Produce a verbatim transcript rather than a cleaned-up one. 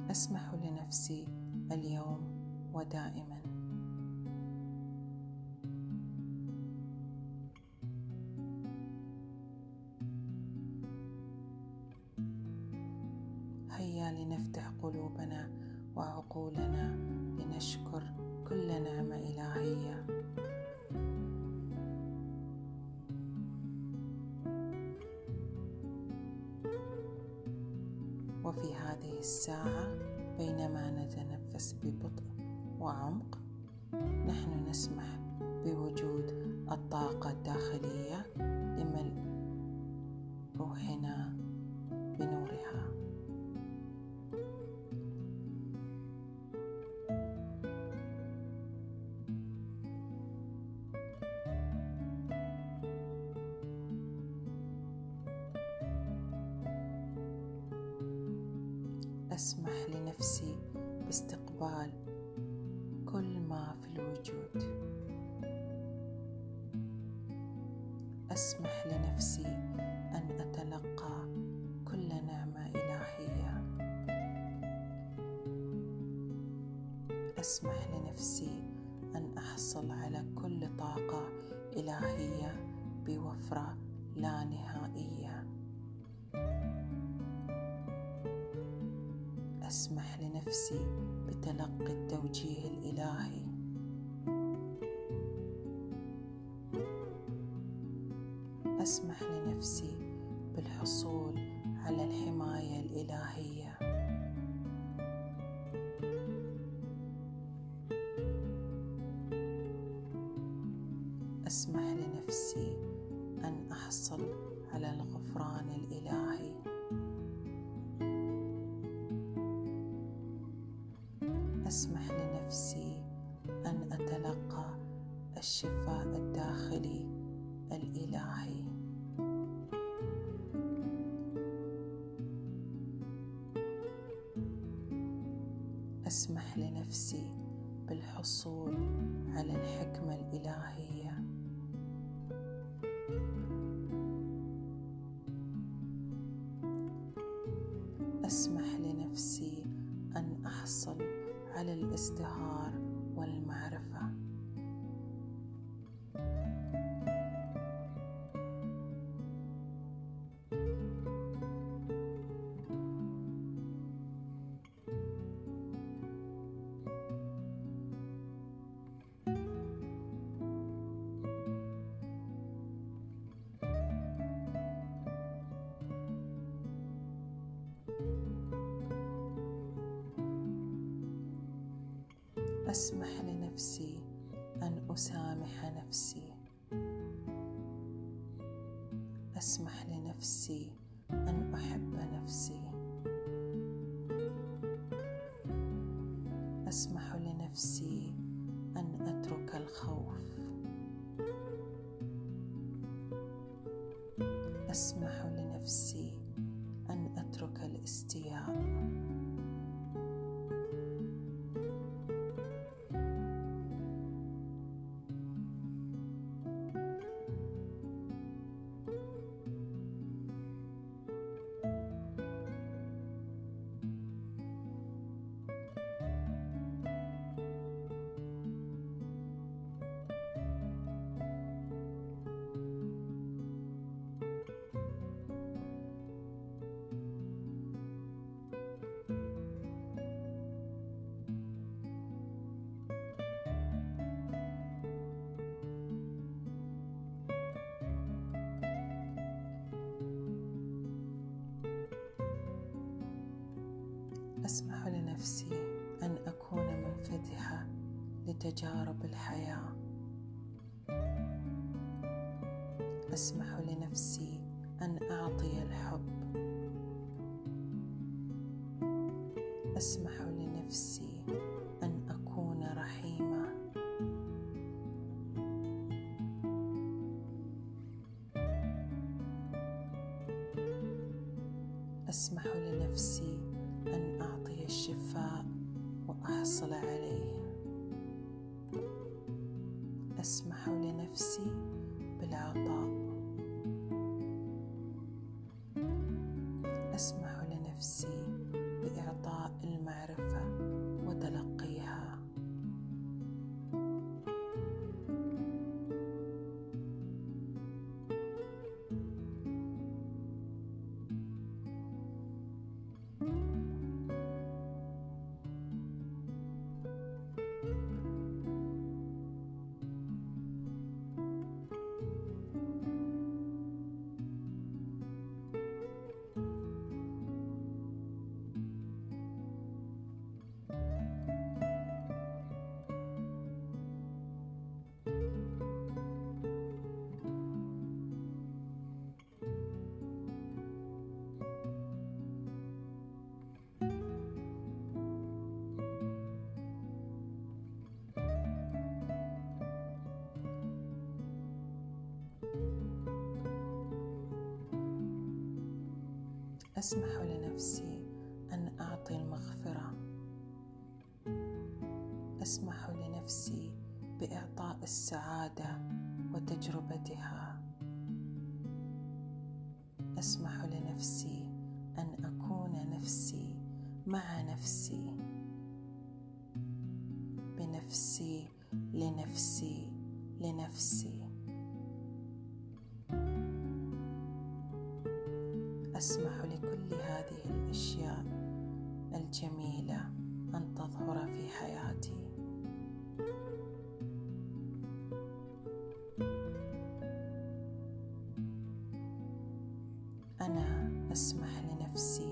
أسمح لنفسي اليوم ودائما. هيا لنفتح قلوبنا وعقولنا لنشكر كل نعمة إلهية. وفي هذه الساعة بينما نتنفس ببطء وعمق، نحن نسمح بوجود الطاقة الداخلية لملء روحنا بنورها. أسمح لنفسي باستقبال كل ما في الوجود. أسمح لنفسي أن أتلقى كل نعمة إلهية. أسمح لنفسي أن أحصل على كل طاقة إلهية بوفرة لا نهائية. أسمح لنفسي بتلقي التوجيه الإلهي. أسمح لنفسي بالحصول على الحماية الإلهية. أسمح لنفسي أن أحصل على الغفران الإلهي. أسمح لنفسي أن أتلقى الشفاء الداخلي الإلهي. أسمح لنفسي بالحصول على الحكمة الإلهية. أسمح لنفسي أن أحصل على الازدهار والمعرفة. أسمح لنفسي أن أسامح نفسي. أسمح لنفسي أن أحب نفسي. أسمح لنفسي أن أترك الخوف. أسمح لنفسي أن أترك الاستياء. أسمح لنفسي أن أكون منفتحة لتجارب الحياة. أسمح لنفسي أن أعطي الحب. أسمح لنفسي أن أكون رحيمة. أسمح لنفسي أن أعطي الشفاء وأحصل عليه. أسمح لنفسي بالعطاء. أسمح لنفسي بإعطاء المال المعرفة وتلقيها. أسمح لنفسي أن أعطي المغفرة. أسمح لنفسي بإعطاء السعادة وتجربتها. أسمح لنفسي أن أكون نفسي مع نفسي، بنفسي لنفسي لنفسي. أسمح لكل هذه الأشياء الجميلة أن تظهر في حياتي. أنا أسمح لنفسي